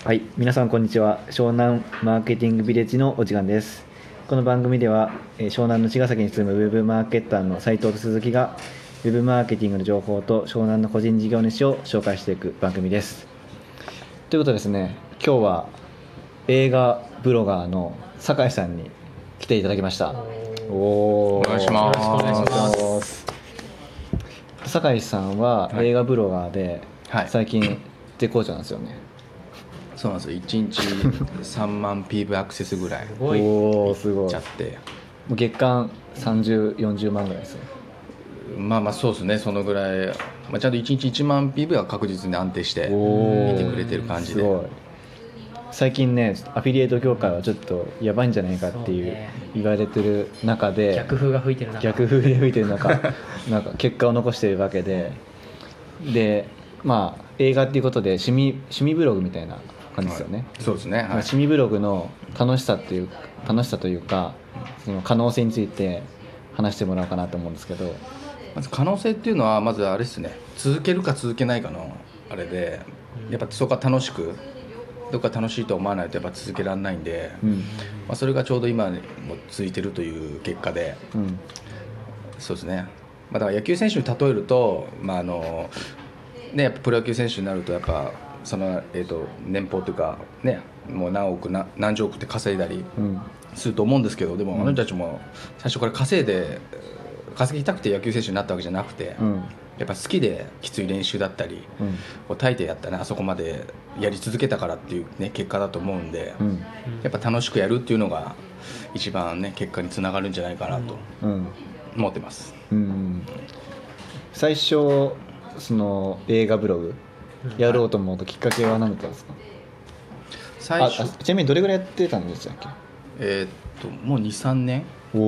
はい、皆さんこんにちは。湘南マーケティングビレッジのお時間です。この番組では、湘南の茅ヶ崎に住むウェブマーケッターの斉藤と鈴木がウェブマーケティングの情報と湘南の個人事業主を紹介していく番組です。ということでですね、今日は映画ブロガーの酒井さんに来ていただきました。 お願いします。 よろしくお願いします。 酒井さんは映画ブロガーで、 はい、 最近絶好調なんですよね。 そうなんですよ。1日3万 PV アクセスぐらいすごいちゃって、 もう月間30、40万ぐらいですね。 まあそうですね。そのぐらい、ちゃんと1日1万 PV は確実に安定して見てくれてる感じで。 すごい。最近ね、アフィリエイト業界はちょっとやばいんじゃないかっていう言われてる中で、 逆風が吹いてる中なんか結果を残しているわけで、映画っていうことで趣味ブログみたいな感じですよね。 そうですね。はい、 趣味ブログの楽しさというか、その可能性について話してもらおうかなと思うんですけど。 まず可能性っていうのはまずあれですね。続けるか続けないかのあれで、やっぱそこは楽しく。どっか楽しいと思わないとやっぱ続けられないんで、それがちょうど今も続いてるという結果で、そうですね。だから野球選手に例えると、やっぱプロ野球選手になるとやっぱその、年俸というかね、もう何十億って稼いだりすると思うんですけど、でもあの人たちも最初から稼ぎたくて野球選手になったわけじゃなくて、やっぱ好きできつい練習だったり、耐えてやったね、あそこまでやり続けたからっていう、ね、結果だと思うんで、やっぱ楽しくやるっていうのが一番ね結果につながるんじゃないかなと思ってます。 最初その映画ブログやろうと思うときっかけは何だったんですか？最初ちなみにどれぐらいやってたんでしたっけ？ もう 2,3 年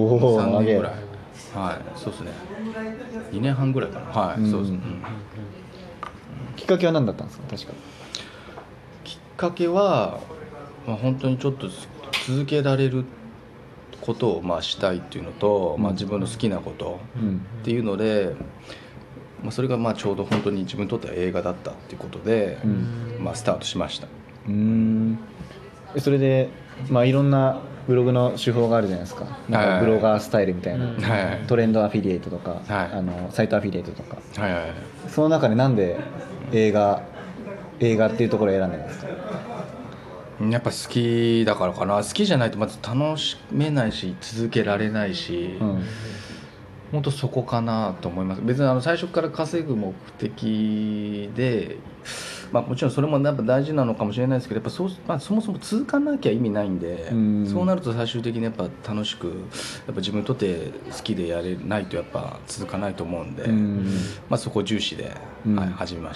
3 年ぐらい、そうですね、2年半ぐらいかな。そうですね。 きっかけは何だったんですか？確かきっかけは、本当にちょっと続けられることをしたいっていうのと、自分の好きなことっていうので、それがちょうど本当に自分にとっては映画だったっていうことで、スタートしました。 それで、いろんなブログの手法があるじゃないですか。なんかブロガースタイルみたいな、トレンドアフィリエイトとか、サイトアフィリエイトとか、その中でなんで映画っていうところを選んだんですか？ やっぱ好きだからかな。好きじゃないとまず楽しめないし続けられないし、本当そこかなと思います。別に最初から稼ぐ目的で、もちろんそれもやっぱ大事なのかもしれないですけど、やっぱそもそも続かなきゃ意味ないんで、そうなると最終的にやっぱ楽しく、やっぱ自分にとって好きでやれないとやっぱ続かないと思うんで、そこを重視で、始めました。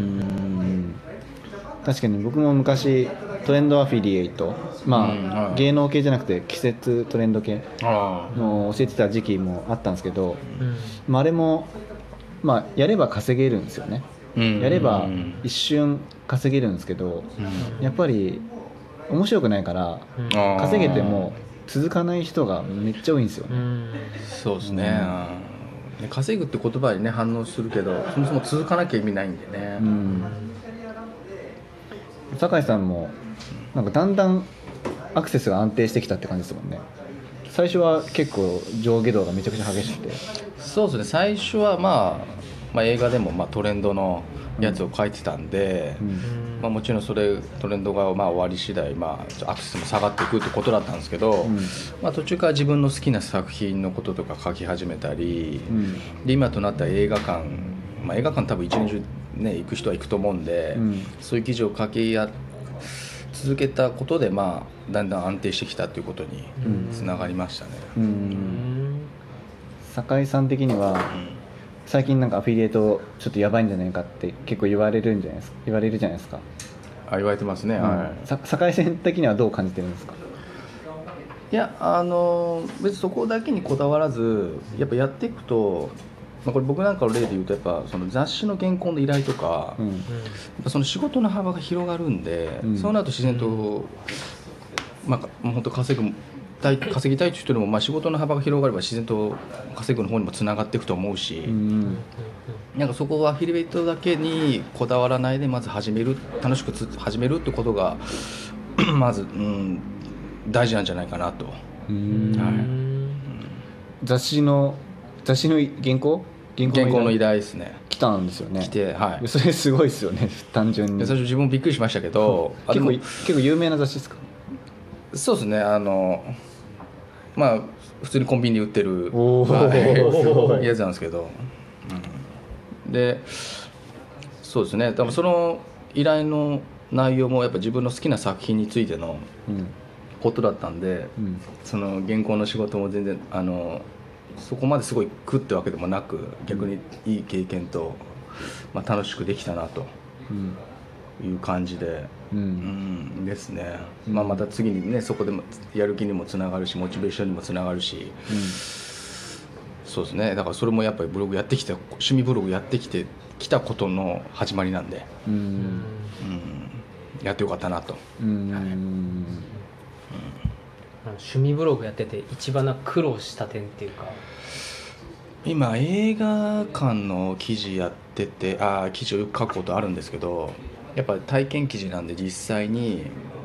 確かに僕も昔トレンドアフィリエイト、芸能系じゃなくて季節トレンド系の教えてた時期もあったんですけど、あれも、やれば稼げるんですよね。やれば一瞬稼げるんですけど、やっぱり面白くないから稼げても続かない人がめっちゃ多いんですよね。 そうですね。稼ぐって言葉にね反応するけど、そもそも続かなきゃ意味ないんでね。 酒井さんもなんかだんだんアクセスが安定してきたって感じですもんね。最初は結構上下動がめちゃくちゃ激しくて。 そうですね。最初は映画でもトレンドのやつを書いてたんで、もちろんそれトレンドが終わり次第、アクセスも下がっていくってことだったんですけど、途中から自分の好きな作品のこととか書き始めたり、で今となったら映画館、映画館多分一年中ね行く人は行くと思うんで、そういう記事を続けたことで、だんだん安定してきたということにつながりましたね。 酒井さん的には、最近なんかアフィリエイトちょっとやばいんじゃないかって結構言われるじゃないですか。 言われてますね。 酒井さん的にはどう感じてるんですか？ いや、別にそこだけにこだわらず、やっぱやっていくと、これ僕なんかの例で言うと、やっぱその雑誌の原稿の依頼とか、やっぱその仕事の幅が広がるんで、そうなると自然と、もう本当稼ぐ稼ぎたいという人でも、まあ、仕事の幅が広がれば自然と稼ぐの方にもつながっていくと思うし、なんかそこはアフィリエイトだけにこだわらないでまず楽しく始めるってことがまず、大事なんじゃないかなと。 雑誌の原稿の依頼ですね。 来たんですよね。 来て、はい、 それすごいですよね、単純に。 最初自分もびっくりしましたけど、 結構有名な雑誌ですか？ そうですね、まあ普通にコンビニで売ってるやつなんですけど、でそうですね、多分その依頼の内容もやっぱ自分の好きな作品についてのことだったんで、その原稿の仕事も全然そこまですごい苦ってわけでもなく、逆にいい経験と、まあ、楽しくできたなという感じで、ですね。まあ、また次にね、そこでもやる気にもつながるし、モチベーションにもつながるし、そうですね。だからそれもやっぱり趣味ブログやってきたことの始まりなんで、やってよかったなと。 趣味ブログやってて一番苦労した点っていうか。 今映画館の記事やってて、記事をよく書くことあるんですけど、やっぱり体験記事なんで実際に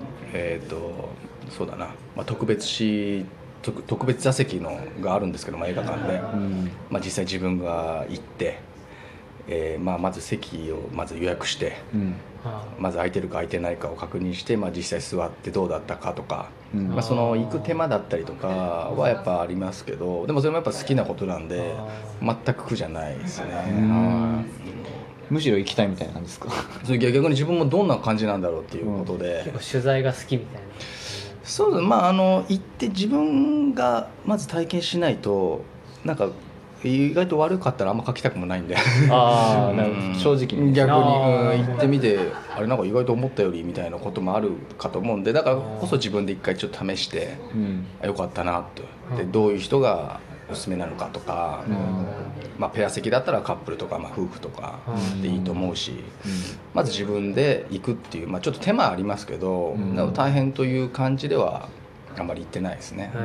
そうだな、まあ、特別座席があるんですけど、映画館で、まあ、実際自分が行って、まあ、まず席をまず予約して、まず空いてるか空いてないかを確認して、まあ、実際座ってどうだったかとか、まあ、その行く手間だったりとかはやっぱありますけど、でもそれもやっぱ好きなことなんで全く苦じゃないですね。 むしろ行きたいみたいな感じですか？ 逆に自分もどんな感じなんだろうっていうことで、 結構取材が好きみたいな。 そうです。まあ行って自分がまず体験しないと、なんか意外と悪かったらあんま書きたくもないんで正直に逆に行ってみて、あれなんか意外と思ったよりみたいなこともあるかと思うんで、だからこそ自分で一回ちょっと試して、よかったなと。でどういう人がおすすめなのかとか、まあ、ペア席だったらカップルとか、まあ、夫婦とかでいいと思うし、まず自分で行くっていう、まあ、ちょっと手間ありますけど、大変という感じではあんまり行ってないですね。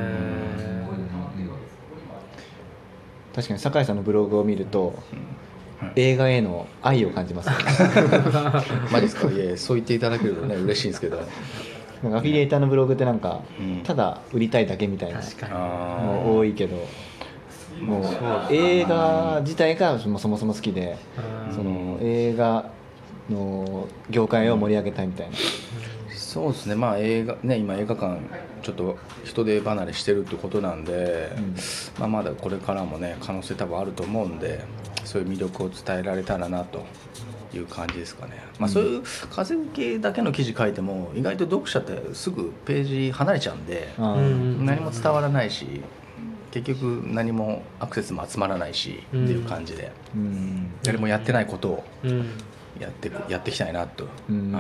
確かに酒井さんのブログを見ると、映画への愛を感じますね。 マジですか？いや、そう言っていただけるとね嬉しいんですけど、 なんかアフィリエイターのブログってなんか、ただ売りたいだけみたいなの多いけど、もう映画自体がそもそも好きで、その映画の業界を盛り上げたいみたいな。 そうですね。まあ今映画館ちょっと人手離れしてるってことなんで、まあ、まだこれからもね可能性多分あると思うんで、そういう魅力を伝えられたらなという感じですかね。まあ、そういう風受けだけの記事書いても意外と読者ってすぐページ離れちゃうんで、何も伝わらないし、結局何もアクセスも集まらないし、っていう感じで、誰もやってないことをやっていきたいなと、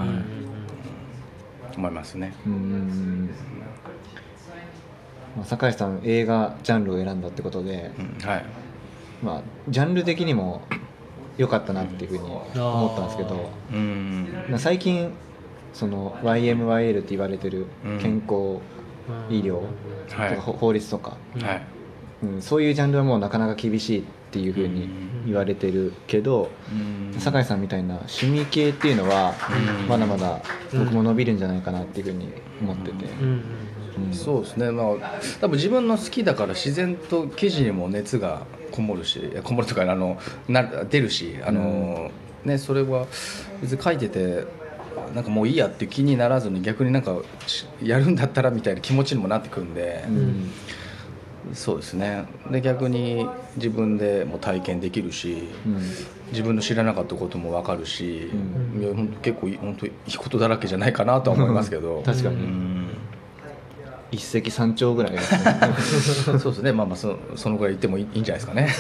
思いますね。 酒井さん映画ジャンルを選んだってことで、まあ、ジャンル的にも良かったなっていうふうに思ったんですけど、最近その YMYL って言われてる健康医療とか法律とか、そういうジャンルはもうなかなか厳しいっていうふうに言われてるけど、酒井さんみたいな趣味系っていうのはまだまだ僕も伸びるんじゃないかなっていうふうに思ってて、 そうですね。まあ多分自分の好きだから自然と記事にも熱がこもるとか出るし、ね、それは別に書いててなんかもういいやって気にならずに、逆になんかやるんだったらみたいな気持ちにもなってくるんで、そうですね。で逆に自分でも体験できるし、自分の知らなかったことも分かるし、いや結構本当いいことだらけじゃないかなとは思いますけど確かに、一石三鳥ぐらいですね。 そうですね。まあまあそのぐらい言ってもいいんじゃないですかね。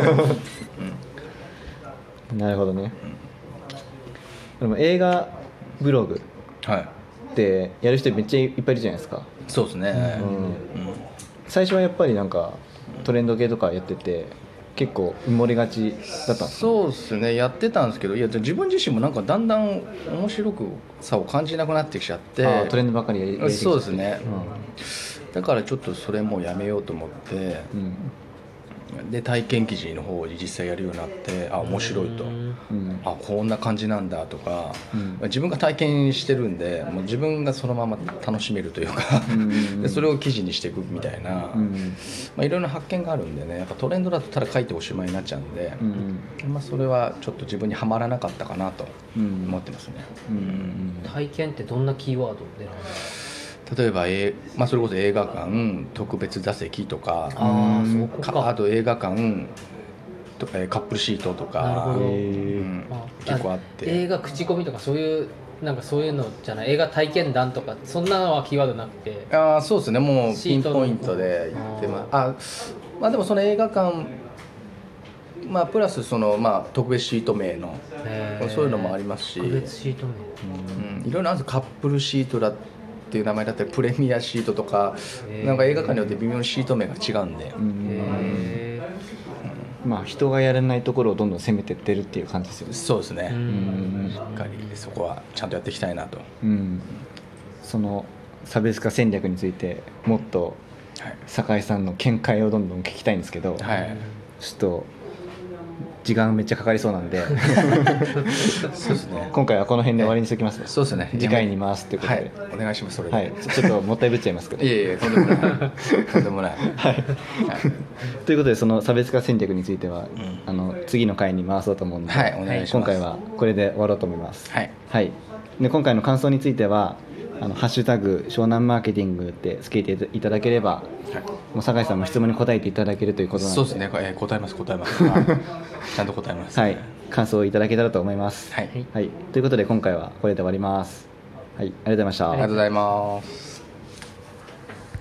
なるほどね。でも映画ブログってやる人めっちゃいっぱいいるじゃないですか。 そうですね。 最初はやっぱりなんかトレンド系とかやってて、 結構埋もれがちだったんですか？ そうですね、やってたんですけど、いや自分自身もなんかだんだん面白くさを感じなくなってきちゃって。 トレンドばっかりやりすぎちゃって。 そうですね、だからちょっとそれもうやめようと思って、で体験記事の方を実際やるようになって、面白いと、こんな感じなんだとか、自分が体験してるんで、もう自分がそのまま楽しめるというかでそれを記事にしていくみたいな、いろいろな発見があるんでね、やっぱトレンドだとただ書いておしまいになっちゃうんで、それはちょっと自分にはまらなかったかなと思ってますね。 体験ってどんなキーワードでなんですか？ 例えば、それこそ映画館特別座席とか、あと映画館とかカップルシートとか、結構あって、 映画口コミとかそういうなんかそういうのじゃない、映画体験談とかそんなのはキーワードなくて、 そうですね、もうピンポイントで言ってでもその映画館プラスその特別シート名のそういうのもありますし、 特別シート名、 いろいろあるんです。カップルシートだっていう名前だったりプレミアシートとか、なんか映画館によって微妙にシート名が違うんで、 人がやらないところをどんどん攻めてってるっていう感じですよね。 そうですね、しっかりそこはちゃんとやっていきたいなと。 その差別化戦略についてもっと酒井さんの見解をどんどん聞きたいんですけど、ちょっと時間めっちゃかかりそうなんでそうですね、 今回はこの辺で終わりにしておきますね。 そうですね、 次回に回すということで、 お願いします。それで、 ちょっともったいぶっちゃいますけどいえとんでもないとんでもないということで、その差別化戦略については、次の回に回そうと思うので、 お願いします。 今回はこれで終わろうと思います。で今回の感想についてはハッシュタグ湘南マーケティングってつけていただければ、もう酒井さんも質問に答えていただけるということなので。 そうですね、答えますちゃんと答えます。 感想をいただけたらと思います。ということで今回はこれで終わります。ありがとうございました。 ありがとうございます。